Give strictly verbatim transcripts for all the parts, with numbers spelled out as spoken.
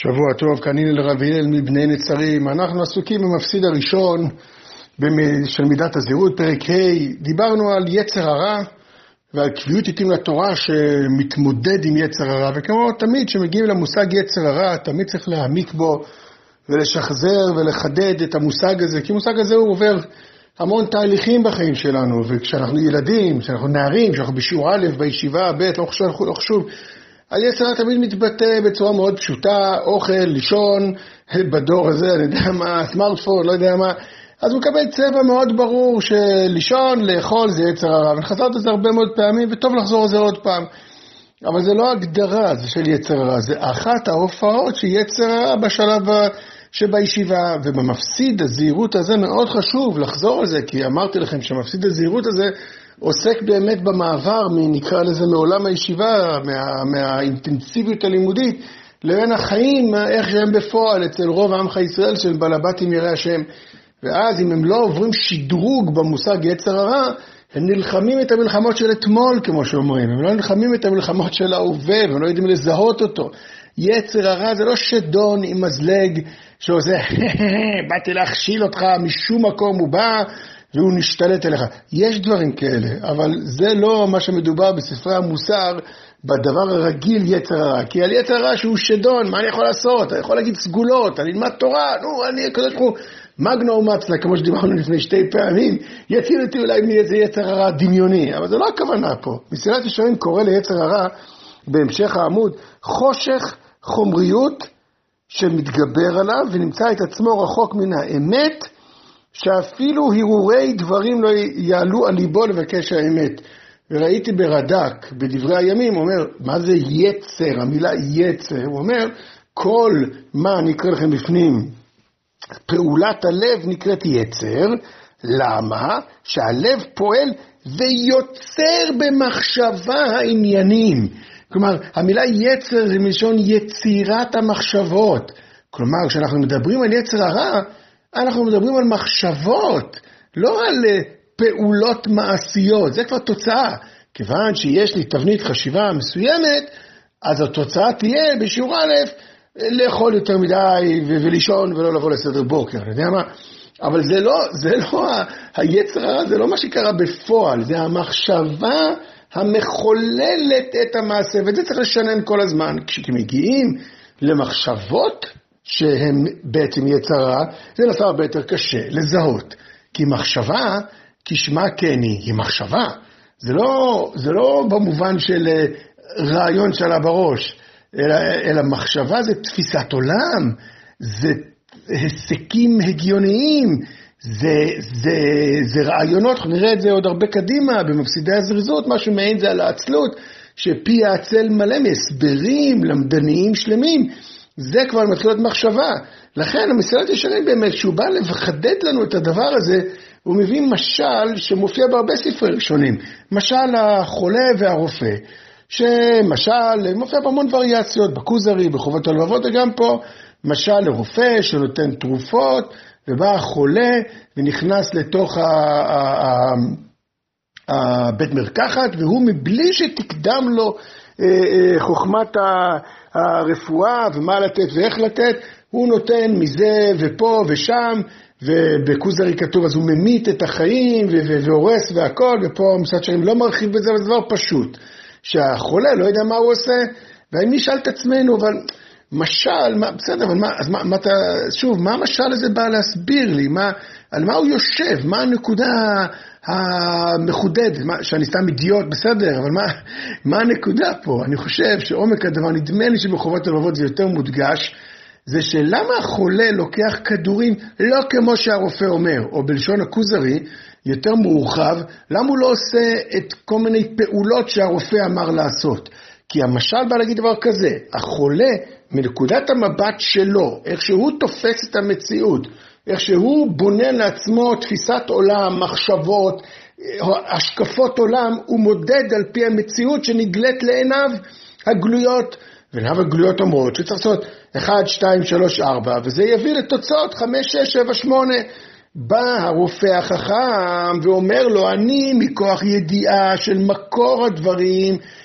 שבוע טוב, כאן הלל רביאל מבני נצרים. אנחנו עסוקים במפסיד הראשון של מידת הזהירות, פרק ה'. דיברנו על יצר הרע ועל קביעות עתים לתורה שמתמודד עם יצר הרע, וכמו תמיד שמגיעים למושג יצר הרע, תמיד צריך להעמיק בו ולשחזר ולחדד את המושג הזה, כי המושג הזה הוא עובר המון תהליכים בחיים שלנו, וכשאנחנו ילדים, כשאנחנו נערים, כשאנחנו בשיעור א', בישיבה, ב', לא חשוב, לא חשוב, על יצר הרע תמיד מתבטא בצורה מאוד פשוטה, אוכל, לישון, בדור הזה, אני יודע מה, סמארטפון, לא יודע מה, אז הוא מקבל צבע מאוד ברור שלישון, לאכול זה יצר הרע, וחזרת את זה הרבה מאוד פעמים, וטוב לחזור על זה עוד פעם, אבל זה לא הגדרה זה של יצר הרע, זה אחת ההופעות של יצר הרע בשלב שבישיבה, ובמפסיד הזהירות הזה מאוד חשוב לחזור על זה, כי אמרתי לכם שמפסיד הזהירות הזה עוסק באמת במעבר, נקרא לזה מעולם הישיבה, מה, מהאינטנסיביות הלימודית, לבין החיים, איך שהם בפועל, אצל רוב עמך ישראל של בלבטים יראי השם. ואז אם הם לא עוברים שדרוג במושג יצר הרע, הם נלחמים את המלחמות של אתמול, כמו שאומרים. הם לא נלחמים את המלחמות של ההווה, והם לא יודעים לזהות אותו. יצר הרע זה לא שדון עם מזלג, שעושה, באתי להכשיל אותך, משום מקום הוא בא, והוא נשתלט אליך. יש דברים כאלה, אבל זה לא מה שמדובר בספרי המוסר, בדבר הרגיל יצר הרע. כי על יצר הרע שהוא שדון, מה אני יכול לעשות? אני יכול להגיד סגולות, אני אלמד תורה, נו, אני הקדוש ברוך הוא, מגנו ומצלה, כמו שדיברנו לפני שתי פעמים, יציל אותי אולי מאיזה יצר הרע דמיוני, אבל זה לא הכוונה פה. מסילת ישרים קורא ליצר הרע, בהמשך העמוד, חושך חומריות שמתגבר עליו, ונמצא את עצמו רחוק מן האמת, שאפילו הרהורי דברים לא יעלו על ליבו לבקש האמת. וראיתי ברד"ק, בדברי הימים, הוא אומר, מה זה יצר? המילה יצר, הוא אומר, כל מה נקרא לכם בפנים, פעולת הלב נקראת יצר. למה? שהלב פועל ויוצר במחשבה העניינים. כלומר, המילה יצר זה מלשון יצירת המחשבות. כלומר, כשאנחנו מדברים על יצר הרע, אנחנו מדברים על מחשבות, לא על פעולות מעשיות, זה כבר תוצאה. כיוון שיש לי תבנית חשיבה מסוימת, אז התוצאה תהיה בשיעור א', לאכול יותר מדי ולישון ולא לבוא לסדר בוקר, אני יודע מה? אבל זה לא, זה לא היצר הרע, זה לא מה שקרה בפועל, זה המחשבה המחוללת את המעשה, וזה צריך לשנן כל הזמן. כשמגיעים למחשבות שהם בעצם יצר רע, זה נעשה הרבה יותר קשה לזהות, כי מחשבה, כשמה כן היא, היא מחשבה, זה לא, זה לא במובן של רעיון שלה בראש, אלא, אלא מחשבה זה תפיסת עולם, זה היסקים הגיוניים, זה, זה, זה רעיונות, נראה את זה עוד הרבה קדימה, במפסידי הזריזות, משהו מעין זה על העצלות, שפי העצל מלא מהסברים למדניים שלמים, זה כבר מתחיל להיות מחשבה. לכן המסילת ישרים באמת, שהוא בא לחדד לנו את הדבר הזה, הוא מביא משל שמופיע בהרבה ספרים שונים, משל החולה והרופא, שמשל מופיע בהמון וריאציות, בכוזרי, בחובת הלבבות, וגם פה משל לרופא שנותן תרופות, ובא החולה ונכנס לתוך הבית מרקחת, והוא מבלי שתקדם לו חוכמת הרפואה ומה לתת ואיך לתת, הוא נותן מזה ופה ושם, ובכוזרי כתוב, אז הוא ממית את החיים והורס והכל, ופה מסילת ישרים לא מרחיב בזה, אבל זה דבר פשוט, שהחולה לא יודע מה הוא עושה, ואם נשאל את עצמנו, אבל משל, מה, בסדר, אבל מה, אז מה, מה אתה, שוב, מה המשל הזה בא להסביר לי, מה, על מה הוא יושב, מה הנקודה המחודדת, מה, שאני סתם אידיוט, בסדר, אבל מה, מה הנקודה פה? אני חושב שעומק הדבר, נדמה לי שבחובת הלבבות זה יותר מודגש, זה שלמה החולה לוקח כדורים לא כמו שהרופא אומר, או בלשון הכוזרי, יותר מורחב, למה הוא לא עושה את כל מיני פעולות שהרופא אמר לעשות? כי המשל בא להגיד דבר כזה, החולה מנקודת המבט שלו, איך שהוא תופס את המציאות, איך שהוא בונה לעצמו תפיסת עולם, מחשבות, השקפות עולם, הוא מודד על פי המציאות שנגלית לעיניו הגלויות, ועיניו הגלויות אומרות שצריך לעשות אחת, שתיים, שלוש, ארבע, וזה יביא לתוצאות חמש, שש, שבע, שמונה, בא הרופא החכם ואומר לו, אני מכוח ידיעה של מקור הדברים,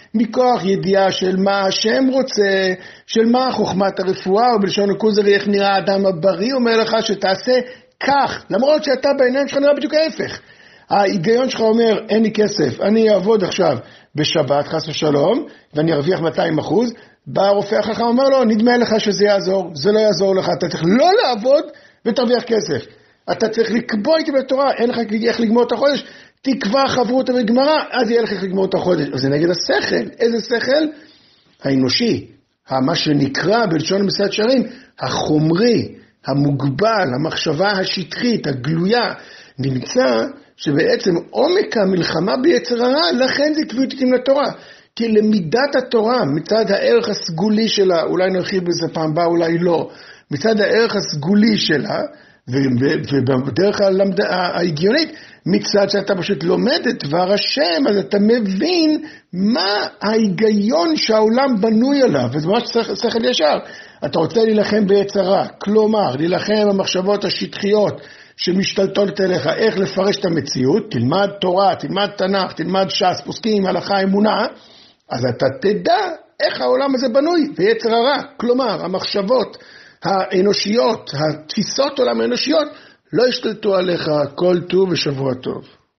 מכוח ידיעה של מה השם רוצה, של מה חוכמת הרפואה, או בלשון הכוזרי איך נראה האדם הבריא, אומר לך שתעשה כך, למרות שאתה בעיניים שלך נראה בדיוק ההפך. ההיגיון שלך אומר, אין לי כסף, אני אעבוד עכשיו בשבת, חס ושלום, ואני ארוויח מאתיים אחוז, בא הרופא החכם אומר לו, נדמה לך שזה יעזור, זה לא יעזור לך, אתה צריך לא לעבוד ותרוויח כסף. אתה צריך לקבוע איתי בתורה, אין לך איך לגמור את החודש, תקבע חברות וגמרא, אז יהיה לך איך לגמור את החודש. זה נגד השכל. איזה שכל? האנושי, מה שנקרא בלשון מסילת ישרים, החומרי, המוגבל, המחשבה השטחית, הגלויה, נמצא שבעצם עומק המלחמה ביצר הרע, לכן זה קביעות איתים לתורה. כי למידת התורה, מצד הערך הסגולי שלה, אולי נרחיב בזה פעם באה, אולי לא, מצד הערך הסגולי שלה, ובדרך ההגיונית, מצד שאתה פשוט לומד את דבר השם, אז אתה מבין מה ההיגיון שהעולם בנוי עליו, וזה ממש שכל ישר. אתה רוצה להילחם ביצר הרע, כלומר, להילחם במחשבות השטחיות שמשתלטות אליך, איך לפרש את המציאות, תלמד תורה, תלמד תנ"ך, תלמד ש"ס, פוסקים, הלכה, אמונה, אז אתה תדע איך העולם הזה בנוי, ביצר הרע, כלומר, המחשבות האנושיות, התפיסות עולם האנושיות, לא ישתלטו עליך. כל טוב ושבוע טוב.